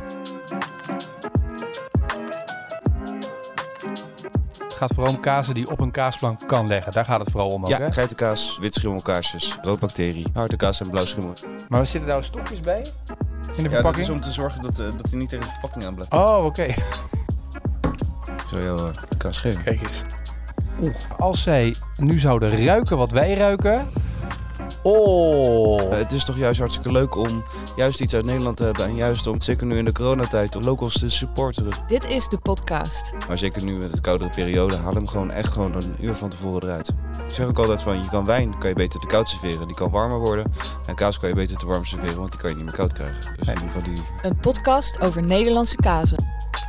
Het gaat vooral om kazen die op een kaasplank kan leggen. Daar gaat het vooral om ook, hè? Geitenkaas, witschimmelkaarsjes, roodbacterie, hartekaas en blauwschimmel. Maar er zitten daar stokjes bij? In de Ja, dat verpakking? is om te zorgen dat hij niet tegen de verpakking aan blijft. Oh, oké. Ik zal jou de kaas geven. Kijk eens. Als zij nu zouden ruiken wat wij ruiken... Oh. Het is toch juist hartstikke leuk om juist iets uit Nederland te hebben. En juist om, zeker nu in de coronatijd, om locals te supporteren. Dit is de podcast. Maar zeker nu met de koudere periode, haal hem gewoon een uur van tevoren eruit. Ik zeg ook altijd van, je kan wijn kan je beter te koud serveren. Die kan warmer worden. En kaas kan je beter te warm serveren, want die kan je niet meer koud krijgen. Dus in ieder geval die... Een podcast over Nederlandse kazen.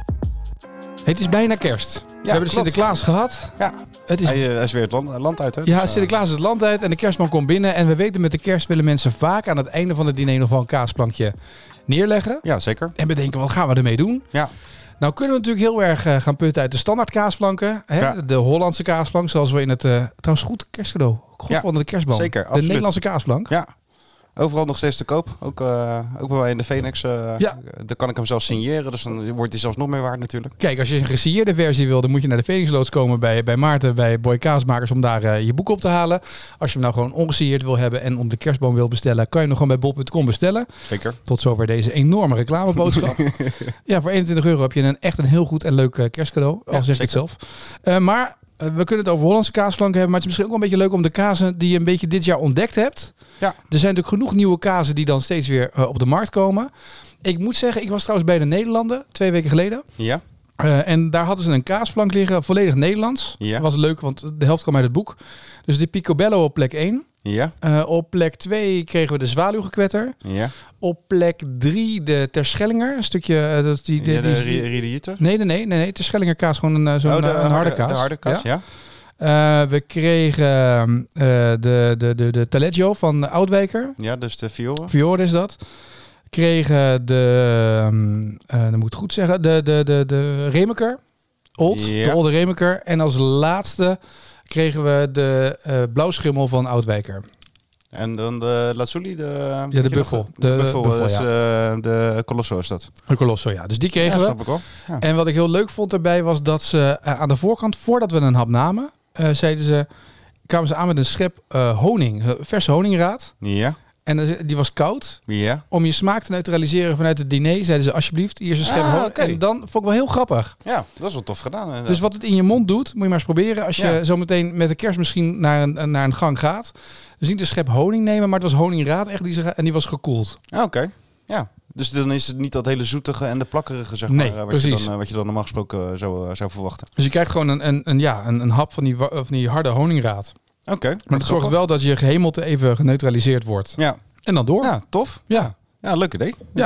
Het is bijna kerst. We hebben de Sinterklaas gehad. Ja, Het is... hij is weer het land uit. Hè? Ja, Sinterklaas is het land uit en de kerstman komt binnen. En we weten met de kerst willen mensen vaak aan het einde van het diner nog wel een kaasplankje neerleggen. Ja, zeker. En bedenken, wat gaan we ermee doen? Ja. Nou kunnen we natuurlijk heel erg gaan putten uit de standaard kaasplanken. Hè? Ja. De Hollandse kaasplank, zoals we in het... trouwens, goed kerstcadeau. God Ja, van de kerstboom. zeker, De absoluut. Nederlandse kaasplank. Ja. Overal nog steeds te koop. Ook bij mij in de Phoenix. Ja. Daar kan ik hem zelfs signeren. Dus dan wordt hij zelfs nog meer waard natuurlijk. Kijk, als je een gesigneerde versie wil, dan moet je naar de Phoenixloods komen bij Maarten, bij Boy Kaasmakers, om daar je boek op te halen. Als je hem nou gewoon ongesigneerd wil hebben en om de kerstboom wil bestellen, kan je hem nog gewoon bij bol.com bestellen. Zeker. Tot zover deze enorme reclameboodschap. Ja, voor €21 heb je echt een heel goed en leuk kerstcadeau. Al Ja, zeg je het zelf. Maar we kunnen het over Hollandse kaasplanken hebben. Maar het is misschien ook wel een beetje leuk om de kazen die je een beetje dit jaar ontdekt hebt. Ja. Er zijn natuurlijk genoeg nieuwe kazen die dan steeds weer op de markt komen. Ik moet zeggen, ik was trouwens bij de Nederlanden 2 weken geleden. Ja. En daar hadden ze een kaasplank liggen, volledig Nederlands. Ja. Dat was leuk, want de helft kwam uit het boek. Dus de Picobello op plek 1. Ja. Op plek 2 kregen we de zwaluwgekwetter. Ja. Op plek 3 de Terschellinger. Een stukje... dat is die, Riediete. Nee. Terschellinger kaas, gewoon een harde kaas. De harde kaas, ja. We kregen de Taleggio van Oudwijker. Ja, dus de Fiore. Fiore is dat. Kregen dan moet ik het goed zeggen, de Remeker. De Olde Remeker. En als laatste kregen we de blauwschimmel van Oudwijker. En dan de Lazuli, de buffel. De buffel, buffel, dat is, ja. de Colosso is dat. De Colosso, ja. Dus die kregen Ja, we. snap ik wel. Ja. En wat ik heel leuk vond daarbij was dat ze aan de voorkant, voordat we een hap namen, kwamen ze aan met een schep honing, verse honingraad. Ja. En die was koud. Ja. Om je smaak te neutraliseren vanuit het diner, zeiden ze alsjeblieft, hier is een schep honing. oké. En dan vond ik wel heel grappig. Ja, dat is wel tof gedaan. Inderdaad. Dus wat het in je mond doet, moet je maar eens proberen. Als je zo meteen met de kerst misschien naar een gang gaat. Dus niet een schep honing nemen, maar het was honingraad echt en die was gekoeld. Oké. Ja. Dus dan is het niet dat hele zoetige en de plakkerige, zeg Nee, maar, precies. Wat je dan normaal gesproken zou verwachten. Dus je krijgt gewoon een hap van die harde honingraad. Oké. Maar dat zorgt wel dat je gehemelte even geneutraliseerd wordt. Ja. En dan door. Ja, tof. Ja. Ja, leuk idee. Ja.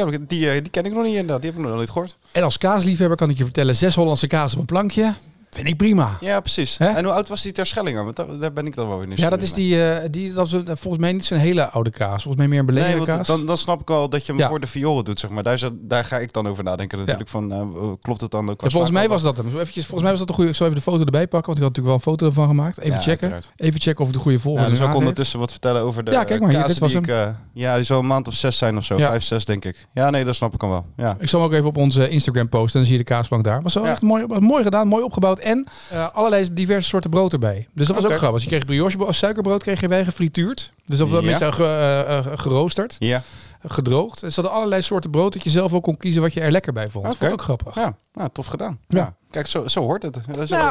Die ken ik nog niet inderdaad. Die heb ik nog nooit gehoord. En als kaasliefhebber kan ik je vertellen, 6 Hollandse kaas op een plankje. Vind ik prima. Ja, precies. Hè? En hoe oud was die Terschellinger? Want daar ben ik dan wel weer Ja, nieuwsgierig dat is dat is volgens mij niet zo'n hele oude kaas. Volgens mij meer een belegerde Nee, kaas. want dan snap ik wel dat je hem Ja. voor de Fiore doet, zeg maar. Daar ga ik dan over nadenken natuurlijk. Klopt het dan ook? Ja, volgens mij was dat hem. Volgens mij was dat een goede. Ik zal even de foto erbij pakken, want ik had natuurlijk wel een foto ervan gemaakt. Even Ja, checken. uiteraard. Even checken of ik de goede volgorde Dus ook aangeef. ondertussen wat vertellen over de Ja, kijk maar hier, kaas dit was die ik... die zal een maand of 6 zijn of zo. Ja. 5, 6 denk ik. Ja, nee, dat snap ik hem wel. Ja. Ik zal hem ook even op onze Instagram posten. Dan zie je de kaasplank daar. Was wel echt mooi gedaan, mooi opgebouwd. En allerlei diverse soorten brood erbij. Dus dat was ook grappig. Je kreeg brioche suikerbrood kreeg je bij gefrituurd. Dus dat was mensen geroosterd. Ja. Gedroogd. Er zaten allerlei soorten brood dat je zelf ook kon kiezen wat je er lekker bij vond. Dat vond ik ook grappig. Ja, nou, tof gedaan. Ja. Ja. Kijk, zo hoort het.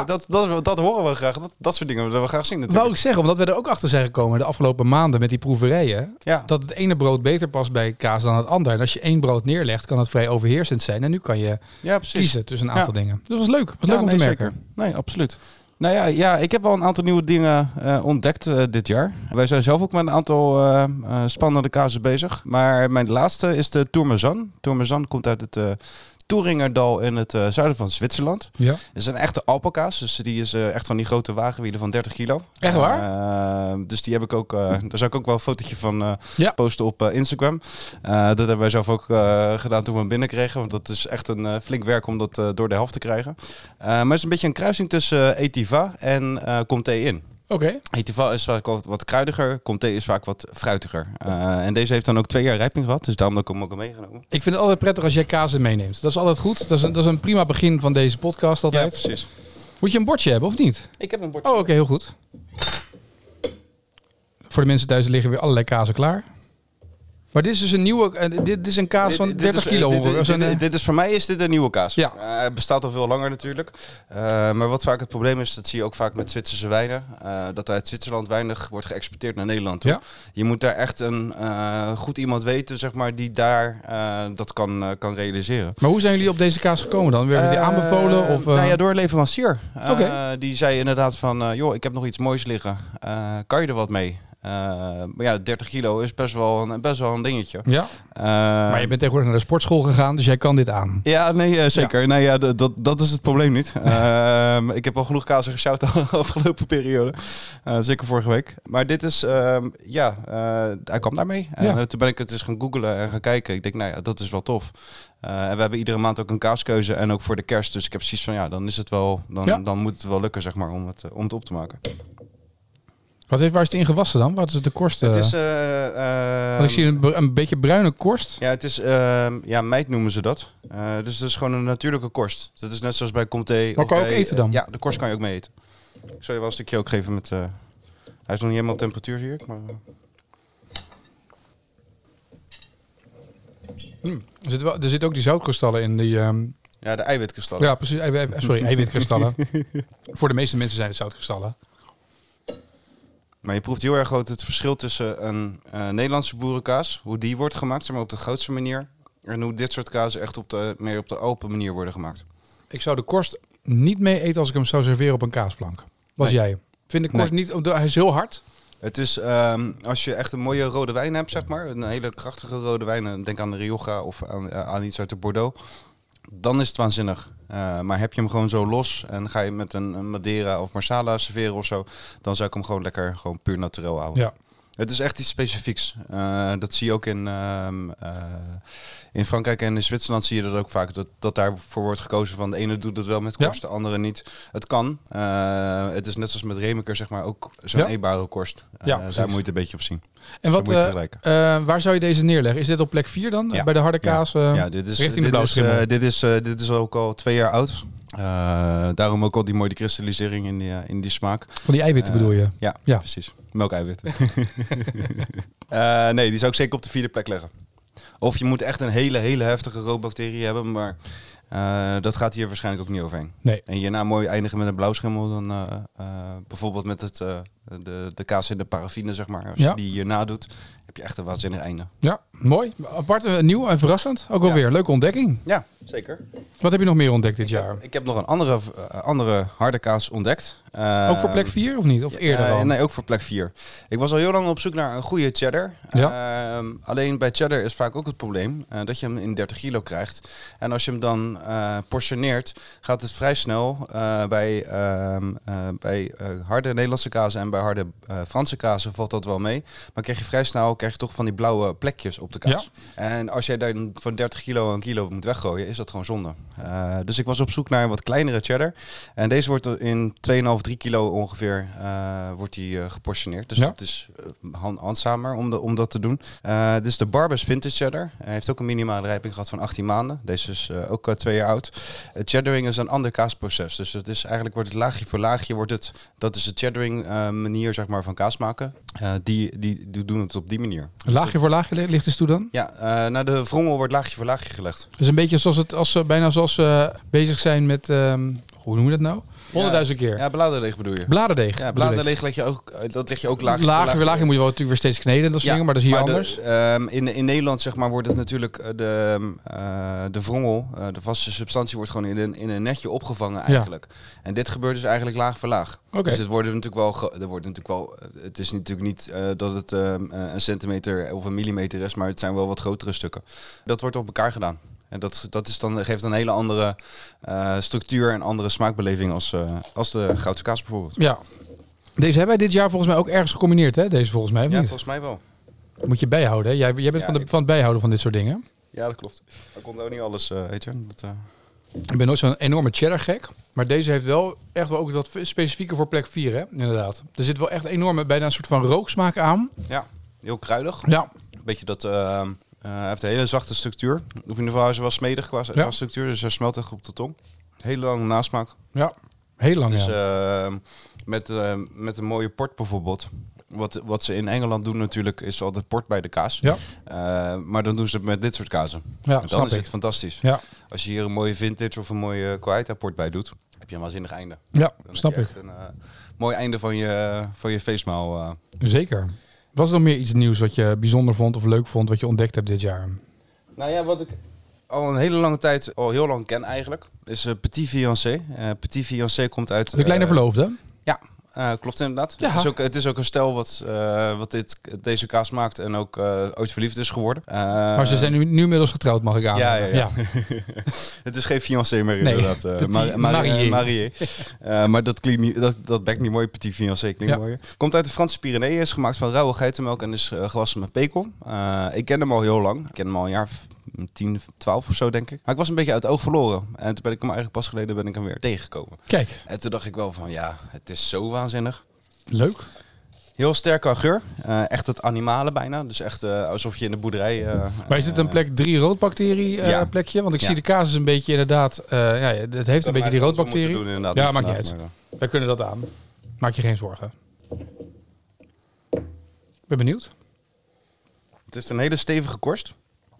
Dat horen we graag. Dat soort dingen willen we graag zien natuurlijk. Wou ik zeggen, omdat we er ook achter zijn gekomen de afgelopen maanden met die proeverijen. Ja. Dat het ene brood beter past bij kaas dan het ander. En als je 1 brood neerlegt, kan het vrij overheersend zijn. En nu kan je kiezen tussen een aantal dingen. Dus dat was leuk. Dat was leuk om te merken. Zeker. Nee, absoluut. Nou ja, ik heb wel een aantal nieuwe dingen ontdekt dit jaar. Wij zijn zelf ook met een aantal spannende kazen bezig. Maar mijn laatste is de Tourmezan. Tourmezan komt uit het Thuringerdal in het zuiden van Zwitserland. Ja. Het is een echte alpakaas, dus die is echt van die grote wagenwielen van 30 kilo. Echt waar? Dus die heb ik ook, daar zou ik ook wel een fotootje van posten op Instagram. Dat hebben wij zelf ook gedaan toen we hem binnenkregen, want dat is echt een flink werk om dat door de helft te krijgen. Maar het is een beetje een kruising tussen Etiva en Comté in. Oké. Etival is vaak wat kruidiger. Comté is vaak wat fruitiger. En deze heeft dan ook 2 jaar rijping gehad. Dus daarom heb ik hem ook al meegenomen. Ik vind het altijd prettig als jij kaas meeneemt. Dat is altijd goed. Dat is een prima begin van deze podcast altijd. Ja, precies. Moet je een bordje hebben of niet? Ik heb een bordje. Oh, oké, heel goed. Voor de mensen thuis liggen weer allerlei kazen klaar. Maar dit is dus een nieuwe... dit is een kaas van 30 kilo. Dit is voor mij is dit een nieuwe kaas. Ja. Hij bestaat al veel langer natuurlijk. Maar wat vaak het probleem is, dat zie je ook vaak met Zwitserse wijnen. Dat uit Zwitserland weinig wordt geëxporteerd naar Nederland toe. Ja. Je moet daar echt een goed iemand weten, zeg maar, die daar dat kan realiseren. Maar hoe zijn jullie op deze kaas gekomen dan? Werden die aanbevolen? Of, Nou ja, door een leverancier. Oké. Die zei inderdaad van, joh, ik heb nog iets moois liggen. Kan je er wat mee? Maar ja, 30 kilo is best wel een dingetje. Ja. Maar je bent tegenwoordig naar de sportschool gegaan, dus jij kan dit aan. Ja, nee, zeker. Ja. Nee, ja, dat is het probleem niet. Ik heb al genoeg kazen gesjouwd de afgelopen periode. Zeker vorige week. Maar dit is, hij kwam daarmee. En toen ben ik het eens gaan googlen en gaan kijken. Ik denk, nou ja, dat is wel tof. En we hebben iedere maand ook een kaaskeuze en ook voor de kerst. Dus ik heb zoiets van, ja, dan is het wel, dan moet het wel lukken, zeg maar, om het op te maken. Waar is het in gewassen dan? Wat is de korst? Het is... Want ik zie een beetje bruine korst. Ja, het is... meid noemen ze dat. Dus het is gewoon een natuurlijke korst. Dat is net zoals bij Comté. Maar kan je ook eten dan? Ja, de korst kan je ook mee eten. Ik zal je wel een stukje ook geven met... Hij is nog niet helemaal op temperatuur, zie ik. Maar... Er zitten ook die zoutkristallen in. Ja, de eiwitkristallen. Ja, precies. Eiwitkristallen. Voor de meeste mensen zijn het zoutkristallen. Maar je proeft heel erg goed het verschil tussen een Nederlandse boerenkaas, hoe die wordt gemaakt, zeg maar op de grootste manier, en hoe dit soort kazen echt meer op de open manier worden gemaakt. Ik zou de korst niet mee eten als ik hem zou serveren op een kaasplank. Was jij? Vind de korst niet, hij is heel hard. Het is, als je echt een mooie rode wijn hebt, zeg maar, een hele krachtige rode wijn, denk aan de Rioja of aan iets uit de Bordeaux, dan is het waanzinnig. Maar heb je hem gewoon zo los en ga je met een Madeira of Marsala serveren of zo, dan zou ik hem gewoon lekker gewoon puur naturel houden. Ja. Het is echt iets specifieks. Dat zie je ook in Frankrijk en in Zwitserland zie je dat ook vaak. Dat daarvoor wordt gekozen van de ene doet het wel met korst, de andere niet. Het kan. Het is net zoals met Remeker, zeg maar, ook zo'n eetbare korst. Daar moet je het een beetje op zien. En wat, waar zou je deze neerleggen? Is dit op plek 4 dan? Ja. Bij de harde kaas? Dit is, richting de blauwschimmel? Dit is ook al 2 jaar oud. Daarom ook al die mooie kristallisering in die smaak. Van die eiwitten bedoel je? Ja, precies. Melkeiwitten. Nee, die zou ik zeker op de 4e plek leggen. Of je moet echt een hele heftige roodbacterie hebben, maar dat gaat hier waarschijnlijk ook niet overheen. Nee. En hierna mooi eindigen met een blauwschimmel, dan bijvoorbeeld met de kaas in de paraffine, zeg maar. Als je die hierna doet, heb je echt een waanzinnig einde. Ja, mooi. Apart, nieuw en verrassend. Ook alweer. Leuke ontdekking. Ja, zeker. Wat heb je nog meer ontdekt dit jaar? Ik heb nog een andere harde kaas ontdekt. Ook voor plek 4 of niet? Of eerder al? Nee, ook voor plek 4. Ik was al heel lang op zoek naar een goede cheddar. Ja. Alleen bij cheddar is vaak ook het probleem dat je hem in 30 kilo krijgt. En als je hem dan portioneert, gaat het vrij snel bij harde Nederlandse kazen en bij harde Franse kazen valt dat wel mee. Maar krijg je vrij snel toch van die blauwe plekjes op de kaas. Ja. En als jij dan van 30 kilo een kilo moet weggooien, is dat gewoon zonde. Dus ik was op zoek naar een wat kleinere cheddar. En deze wordt in 2,5-3 kilo ongeveer wordt die geportioneerd. Dus het is handzamer om dat te doen. Dit is de Barbas Vintage Cheddar. Hij heeft ook een minimale rijping gehad van 18 maanden. Deze is ook 2 jaar oud. Cheddaring is een ander kaasproces. Dus het is eigenlijk wordt het laagje voor laagje. Dat is de cheddaring manier, zeg maar, van kaas maken. Die doen het op die manier. Laagje voor laagje ligt dus toe dan? Ja, naar de wrongel wordt laagje voor laagje gelegd. Dus een beetje bijna zoals ze bezig zijn met, hoe noem je dat nou? 100.000 keer. Ja, bladerdeeg bedoel je? Bladerdeeg. Ja, bladerdeeg leg je ook laagje. Laagje moet je wel natuurlijk weer steeds kneden, dat soort dingen, maar dat is hier anders. In Nederland, zeg maar, wordt het natuurlijk de wrongel, de vaste substantie, wordt gewoon in een netje opgevangen eigenlijk. Ja. En dit gebeurt dus eigenlijk laag voor laag. Okay. Dus het is natuurlijk niet dat het een centimeter of een millimeter is, maar het zijn wel wat grotere stukken. Dat wordt op elkaar gedaan. En geeft een hele andere structuur en andere smaakbeleving als de Goudse kaas bijvoorbeeld. Ja. Deze hebben wij dit jaar volgens mij ook ergens gecombineerd, hè? Deze volgens mij, of niet? Volgens mij wel. Moet je bijhouden, hè? Jij bent van het bijhouden van dit soort dingen. Ja, dat klopt. Ik kon ook niet alles, weet je. Ik ben nooit zo'n enorme cheddar gek. Maar deze heeft wel echt wel ook wat specifieker voor plek 4, hè? Inderdaad. Er zit wel echt enorme, bijna een soort van rooksmaak aan. Ja, heel kruidig. Ja. Beetje dat... hij heeft een hele zachte structuur. Of in ieder geval is hij wel smedig qua structuur. Dus hij smelt echt op de tong. Hele lange nasmaak. Ja, heel lang, Dus met een mooie port bijvoorbeeld. Wat ze in Engeland doen natuurlijk, is altijd port bij de kaas. Ja. Maar dan doen ze het met dit soort kazen. Ja, en dan is het fantastisch. Ja. Als je hier een mooie vintage of een mooie Coaita port bij doet, heb je een waanzinnig einde. Ja, Dan snap heb je ik. echt een mooi einde van je feestmaal. Zeker. Was er nog meer iets nieuws wat je bijzonder vond of leuk vond, wat je ontdekt hebt dit jaar? Nou ja, wat ik al een hele lange tijd, al heel lang ken eigenlijk, is Petit Fiancé. Petit Fiancé komt uit... De kleine verloofde? Klopt inderdaad. Ja. Het is ook een stel wat deze kaas maakt en ook ooit verliefd is geworden. Maar ze zijn nu inmiddels getrouwd, mag ik aan. Ja. Het is geen fiancé meer inderdaad. Marié. Maar dat klinkt niet, dat bekt niet mooi. Petit Fiancé klinkt mooier. Komt uit de Franse Pyreneeën, is gemaakt van rauwe geitenmelk en is gewassen met pekel. Ik ken hem al heel lang. Ik ken hem al een jaar 10, 12 of zo, denk ik. Maar ik was een beetje uit het oog verloren. En toen ben ik hem eigenlijk pas geleden hem weer tegengekomen. Kijk. En toen dacht ik wel van, ja, het is zo waanzinnig. Leuk. Heel sterke geur. Echt het animale bijna. Dus echt alsof je in de boerderij... maar is dit een plek 3 roodbacterie plekje? Want ik zie de kaas is een beetje inderdaad... het heeft een beetje die roodbacterie. Doen, maakt niet uit. Wij kunnen dat aan. Maak je geen zorgen. Ik ben benieuwd. Het is een hele stevige korst.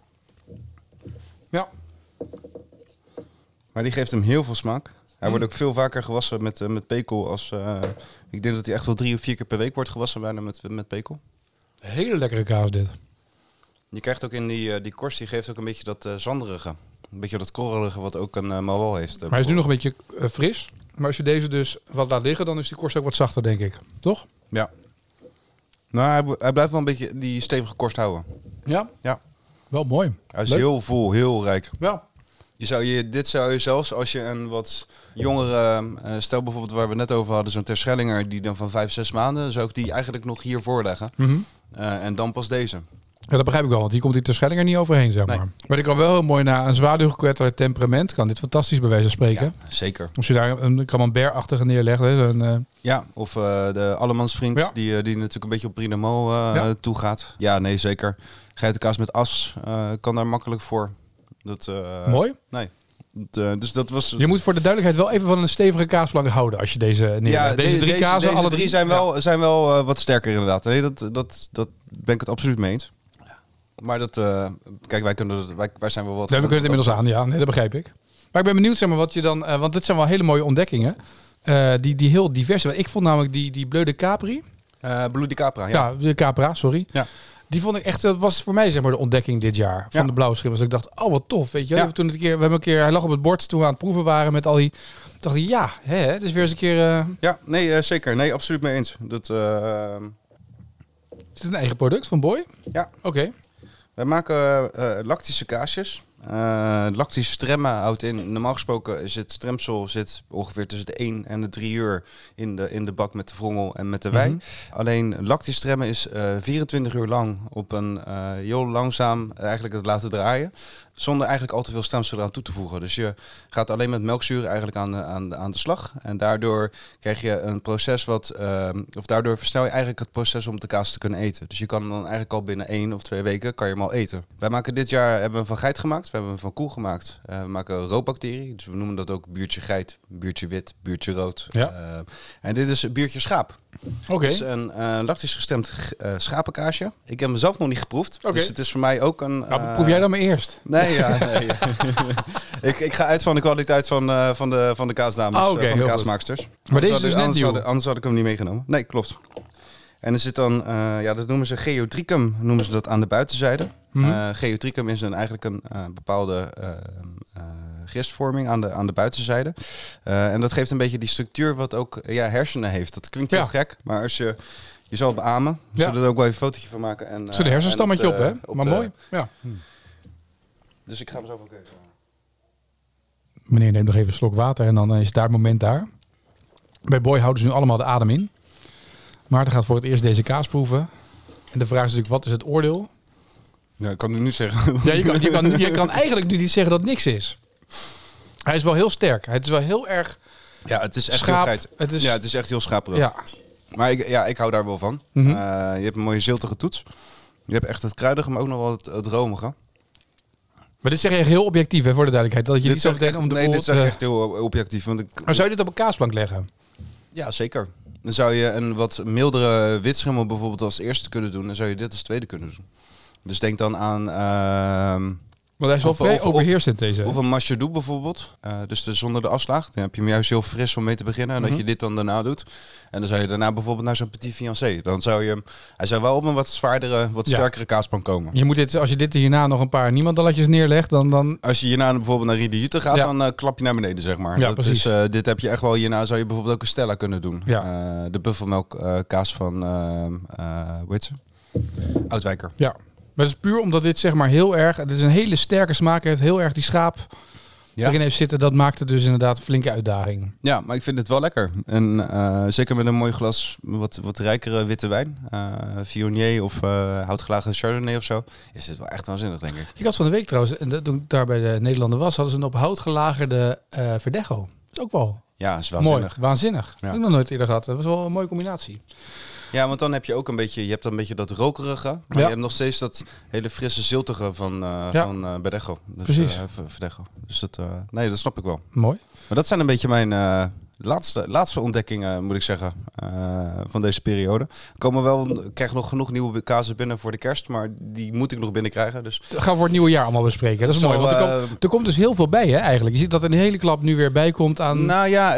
Ja. Maar die geeft hem heel veel smaak. Hij wordt ook veel vaker gewassen met pekel. Ik denk dat hij echt wel 3 of 4 keer per week wordt gewassen bijna met pekel. Hele lekkere kaas dit. Je krijgt ook in die korst, die geeft ook een beetje dat zanderige. Een beetje dat korrelige wat ook een Mawal heeft. Maar hij is nu nog een beetje fris. Maar als je deze dus wat laat liggen, dan is die korst ook wat zachter, denk ik. Toch? Ja. Nou, hij blijft wel een beetje die stevige korst houden. Ja? Ja. Wel mooi. Hij is Leuk. heel vol, heel rijk. Ja. Dit zou je zelfs als je een wat jongere, stel bijvoorbeeld waar we net over hadden, zo'n Terschellinger die dan van 5, 6 maanden, zou ik die eigenlijk nog hier voorleggen. Mm-hmm. En dan pas deze. Ja, dat begrijp ik wel, want hier komt die Terschellinger niet overheen, zeg maar. Nee. Maar ik kan wel heel mooi naar een zwaluwgekwetter temperament. Kan dit fantastisch bij wijze van spreken. Ja, zeker. Als je daar een camembert-achtige neerlegt. Hè, Ja, of de Allemansvriend, die natuurlijk een beetje op Brie toe gaat. Ja, nee, zeker. Geitenkaas met as kan daar makkelijk voor. Mooi. Nee. Dus dat was... Je moet voor de duidelijkheid wel even van een stevige kaasflank houden als je deze neerlegt. Ja, deze drie kazen, deze alle drie zijn wel wat sterker inderdaad. Nee, dat ben ik het absoluut mee eens. Maar kijk, wij zijn wel wat... Ja, we kunnen het inmiddels aan, ja. Nee, dat begrijp ik. Maar ik ben benieuwd, zeg maar, wat je dan... want dit zijn wel hele mooie ontdekkingen. Die heel divers zijn. Ik vond namelijk die Bleu de Capri. Bleu de Capra, ja. Ja, de Capra, sorry. Ja. Die vond ik echt, dat was voor mij zeg maar de ontdekking dit jaar van de blauwe schimmels. Ik dacht, oh wat tof, weet je. Ja. Toen hij lag op het bord toen we aan het proeven waren met al die... Dacht ik, ja, het is weer eens een keer... Ja, nee, zeker. Nee, absoluut mee eens. Is het een eigen product van Boy? Ja. Oké. Wij maken lactische kaasjes. Lactische stremmen houdt in. Normaal gesproken zit stremsel ongeveer tussen de 1 en de 3 uur in de bak met de vrommel en met de wei. Alleen lactische stremmen is 24 uur lang op een heel langzaam eigenlijk het laten draaien. Zonder eigenlijk al te veel stremsel eraan toe te voegen. Dus je gaat alleen met melkzuur eigenlijk aan de slag. En daardoor krijg je een proces daardoor versnel je eigenlijk het proces om de kaas te kunnen eten. Dus je kan hem dan eigenlijk al binnen 1 of 2 weken kan je hem al eten. Wij maken dit jaar, hebben we hem van geit gemaakt. We hebben hem van koe gemaakt. We maken roodbacterie. Dus we noemen dat ook buurtje geit, buurtje wit, buurtje rood. Ja. En dit is buurtje schaap. Oké. Dus een lactisch gestemd schapenkaasje. Ik heb hem zelf nog niet geproefd. Okay. Dus het is voor mij ook een... Nou, proef jij dan maar eerst. Nee. ik ga uit van de kwaliteit van de kaasdames, van de kaasmaaksters. Maar deze is dus net nieuw. Anders had ik hem niet meegenomen. Nee, klopt. En er zit dan, dat noemen ze geotrichum, noemen ze dat aan de buitenzijde. Geotrichum is eigenlijk een bepaalde gistvorming aan de buitenzijde. En dat geeft een beetje die structuur wat ook hersenen heeft. Dat klinkt heel gek, maar als je zal het beamen. We zullen er ook wel even een fotootje van maken. En, zit een hersenstammetje op, hè? Maar mooi. Ja. Dus ik ga hem zo even kijken. Meneer neemt nog even een slok water en dan is daar het moment daar. Bij Boy houden ze nu allemaal de adem in. Maarten gaat voor het eerst deze kaas proeven. En de vraag is natuurlijk, wat is het oordeel? Ja, ik kan nu niet zeggen. Ja, je kan eigenlijk nu niet zeggen dat het niks is. Hij is wel heel sterk. Het is wel heel erg Ja, het is echt schaap. heel geit. Het is, Ja, het is echt heel schaperig. ja. Maar ik hou daar wel van. Mhm. Je hebt een mooie ziltige toets. Je hebt echt het kruidige, maar ook nog wel het romige. Maar dit zeg je echt heel objectief, hè, voor de duidelijkheid. Dat je Dit niet zo zeg ik meteen echt- om de nee, dit boel zeg ik echt heel objectief. Want Maar zou je dit op een kaasplank leggen? Ja, zeker. Dan zou je een wat mildere witschimmel bijvoorbeeld als eerste kunnen doen. Dan zou je dit als tweede kunnen doen. Dus denk dan aan... Want hij is wel Of- vrij of- overheersend, deze. Of een machadou bijvoorbeeld. Dus zonder de afslag. Dan heb je hem juist heel fris om mee te beginnen. En dat je dit dan daarna doet. En dan zou je daarna bijvoorbeeld naar zo'n petit fiancé. Dan zou je hem... Hij zou wel op een wat zwaardere, wat Ja. sterkere kaasplank komen. Je moet dit, als je dit hierna nog een paar niemandalletjes neerlegt, dan... Als je hierna bijvoorbeeld naar Riede Jute gaat, Ja. dan klap je naar beneden, zeg maar. Ja, Dat precies. is, dit heb je echt wel. Hierna zou je bijvoorbeeld ook een Stella kunnen doen. Ja. De buffelmelk kaas van... hoe heet ze? Oudwijker. Ja. Maar dat is puur omdat dit zeg maar heel erg... Het is een hele sterke smaak. Heeft heel erg die schaap erin heeft zitten. Dat maakt het dus inderdaad een flinke uitdaging. Ja, maar ik vind het wel lekker. En zeker met een mooi glas wat rijkere witte wijn. Viognier of houtgelagen Chardonnay of zo. Is dit wel echt waanzinnig, denk ik. Ik had van de week trouwens, en toen ik daar bij de Nederlander was, hadden ze een op hout gelagerde Verdecho. Dat is ook wel Ja, is mooi. waanzinnig. Waanzinnig. Ja. Dat heb ik nog nooit eerder gehad. Dat was wel een mooie combinatie. Ja, want dan heb je ook een beetje... Je hebt dan een beetje dat rokerige. Maar Ja. je hebt nog steeds dat hele frisse ziltige van Verdecho. Dus, Precies. Verdecho. Dus dat, nee, dat snap ik wel. Mooi. Maar dat zijn een beetje mijn laatste ontdekkingen, moet ik zeggen, van deze periode. Ik krijg nog genoeg nieuwe kazen binnen voor de kerst, maar die moet ik nog binnenkrijgen. Dus Dat gaan we voor het nieuwe jaar allemaal bespreken. Dat is Zo, mooi, want er komt dus heel veel bij, hè, eigenlijk. Je ziet dat er een hele klap nu weer bij komt aan... Nou ja,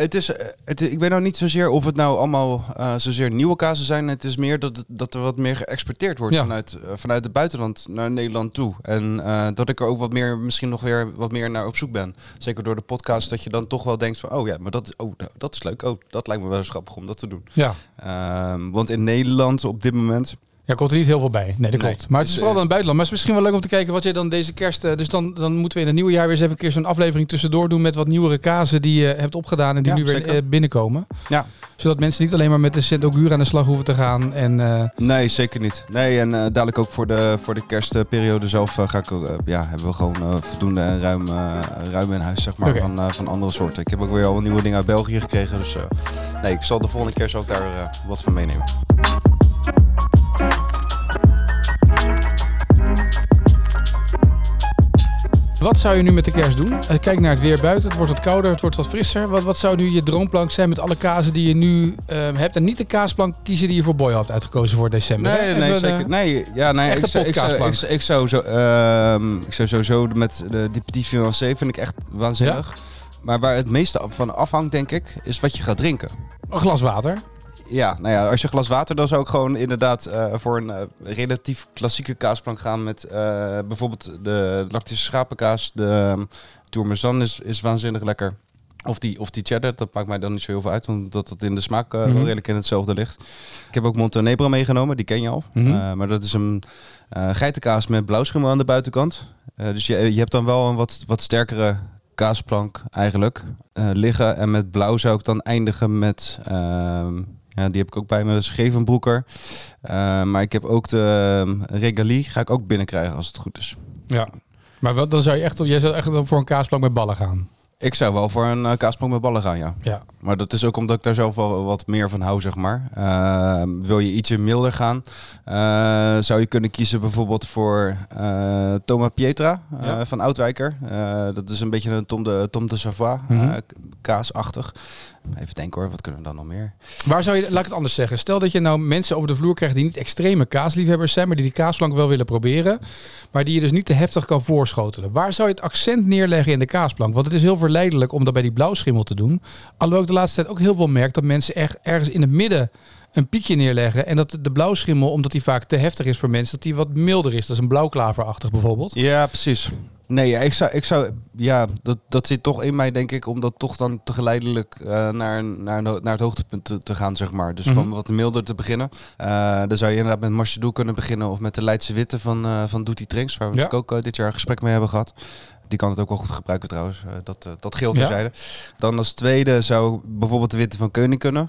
ik weet nou niet zozeer of het nou allemaal zozeer nieuwe kazen zijn. Het is meer dat er wat meer geëxporteerd wordt vanuit het buitenland naar Nederland toe. En dat ik er ook misschien nog weer wat meer naar op zoek ben. Zeker door de podcast, dat je dan toch wel denkt van, oh ja, maar dat is leuk. Oh, dat lijkt me wel eens grappig om dat te doen. Ja. Want in Nederland op dit moment... Ja, komt er niet heel veel bij. Nee, dat Nee. klopt. Maar het is vooral in het buitenland. Maar het is misschien wel leuk om te kijken wat je dan deze kerst... Dus dan moeten we in het nieuwe jaar weer eens even een keer zo'n aflevering tussendoor doen met wat nieuwere kazen die je hebt opgedaan en die Ja, nu weer zeker. Binnenkomen. Ja. Zodat mensen niet alleen maar met de Sint-Augur aan de slag hoeven te gaan. En, Nee, zeker niet. Nee, en dadelijk ook voor de kerstperiode zelf hebben we gewoon voldoende en ruim in huis, zeg maar, Oké. van andere soorten. Ik heb ook weer al nieuwe dingen uit België gekregen, dus nee, ik zal de volgende keer ook daar wat van meenemen. Wat zou je nu met de kerst doen? Kijk naar het weer buiten. Het wordt wat kouder, het wordt wat frisser. Wat zou nu je droomplank zijn met alle kazen die je nu hebt? En niet de kaasplank kiezen die je voor Boy had uitgekozen voor december. hè? Nee, Even, zeker. Nee, ja, nee. echte podcastplank. Ik zou sowieso met die Petit Fiancé vind ik echt waanzinnig. Maar waar het meeste van afhangt, denk ik, is wat je gaat drinken. Een glas water. Ja, nou ja, als je glas water, dan zou ik gewoon inderdaad voor een relatief klassieke kaasplank gaan met bijvoorbeeld de lactische schapenkaas. De Tourmezan is waanzinnig lekker. Of die cheddar, dat maakt mij dan niet zo heel veel uit, omdat het in de smaak wel redelijk in hetzelfde ligt. Ik heb ook Montenegro meegenomen, die ken je al. Maar dat is een geitenkaas met blauwschimmel aan de buitenkant. Dus je hebt dan wel een wat sterkere kaasplank eigenlijk liggen. En met blauw zou ik dan eindigen met... die heb ik ook bij me, dat is Gevenbroeker. Maar ik heb ook de Regalie, ga ik ook binnenkrijgen als het goed is. Ja. Maar dan zou jij zou echt voor een kaasplank met ballen gaan. Ik zou wel voor een kaasplank met ballen gaan, ja. Ja. Maar dat is ook omdat ik daar zelf wel wat meer van hou, zeg maar. Wil je ietsje milder gaan, zou je kunnen kiezen bijvoorbeeld voor Thomas Pietra van Oudwijker. Dat is een beetje een Tom de Savoie, kaasachtig. Even denken hoor, wat kunnen we dan nog meer? Waar zou je, laat ik het anders zeggen. Stel dat je nou mensen over de vloer krijgt die niet extreme kaasliefhebbers zijn, maar die kaasplank wel willen proberen, maar die je dus niet te heftig kan voorschotelen. Waar zou je het accent neerleggen in de kaasplank? Want het is heel verleidelijk om dat bij die blauwschimmel te doen. Alhoewel ik de laatste tijd ook heel veel merk dat mensen echt ergens in het midden een piekje neerleggen en dat de blauwschimmel, omdat die vaak te heftig is voor mensen, dat die wat milder is. Dat is een blauwklaverachtig bijvoorbeeld. Ja, precies. Nee, ja, dat zit toch in mij, denk ik, om dat toch dan tegeleidelijk naar het hoogtepunt te gaan, zeg maar. Dus gewoon wat milder te beginnen. Dan zou je inderdaad met Machadou kunnen beginnen of met de Leidse Witte van Doetie Trinks, waar we natuurlijk ook dit jaar een gesprek mee hebben gehad. Die kan het ook wel goed gebruiken trouwens, dat geel terzijde. Dan als tweede zou bijvoorbeeld de Witte van Koning kunnen.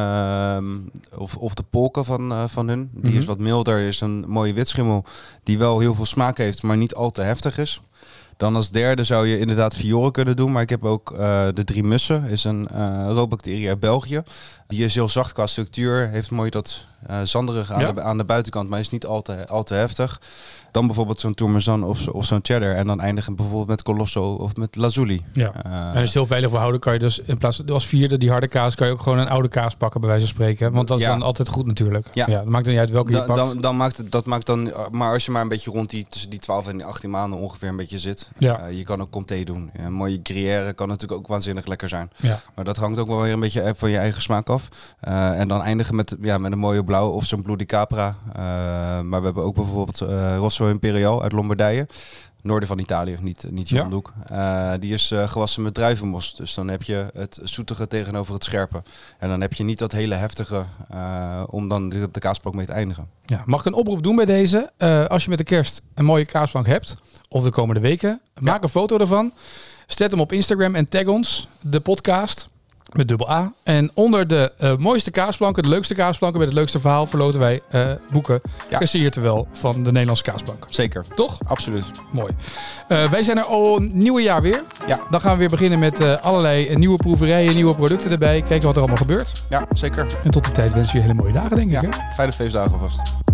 Of de Polken van hun. Die is wat milder, is een mooie witschimmel die wel heel veel smaak heeft, maar niet al te heftig is. Dan als derde zou je inderdaad Vioren kunnen doen. Maar ik heb ook de 3 Mussen. Is een roodbacterie uit België. Die is heel zacht qua structuur. Heeft mooi dat zanderig aan de buitenkant. Maar is niet al te heftig. Dan bijvoorbeeld zo'n Tourmezan of zo'n cheddar. En dan eindigen bijvoorbeeld met Colosso of met Lazuli. Ja. En als je het heel veilig wil houden, kan je dus in plaats van als vierde die harde kaas, kan je ook gewoon een oude kaas pakken, bij wijze van spreken. Want dat is dan altijd goed natuurlijk. Ja. Dat maakt dan niet uit welke je pakt. Dat maakt dan, maar als je maar een beetje rond tussen die 12 en die 18 maanden ongeveer een beetje zit. Je kan ook comté doen. Een mooie gruyère kan natuurlijk ook waanzinnig lekker zijn. Ja. Maar dat hangt ook wel weer een beetje van je eigen smaak af. En dan eindigen met een mooie blauw of zo'n Bloody Capra. Maar we hebben ook bijvoorbeeld Rosso Imperial uit Lombardije. Noorden van Italië, niet je handdoek. Die is gewassen met druivenmos. Dus dan heb je het zoetige tegenover het scherpe. En dan heb je niet dat hele heftige om dan de kaasplank mee te eindigen. Ja, mag ik een oproep doen bij deze? Als je met de kerst een mooie kaasplank hebt, of de komende weken, maak een foto ervan. Zet hem op Instagram en tag ons, de podcast. Met dubbel A. En onder de mooiste kaasplanken, de leukste kaasplanken met het leukste verhaal, verloten wij boeken. Gesierd wel van de Nederlandse kaasplank. Zeker. Toch? Absoluut. Mooi. Wij zijn er al een nieuwe jaar weer. Ja. Dan gaan we weer beginnen met allerlei nieuwe proeverijen, nieuwe producten erbij. Kijken wat er allemaal gebeurt. Ja, zeker. En tot die tijd wensen we je hele mooie dagen, denk ik. Hè? Fijne feestdagen alvast.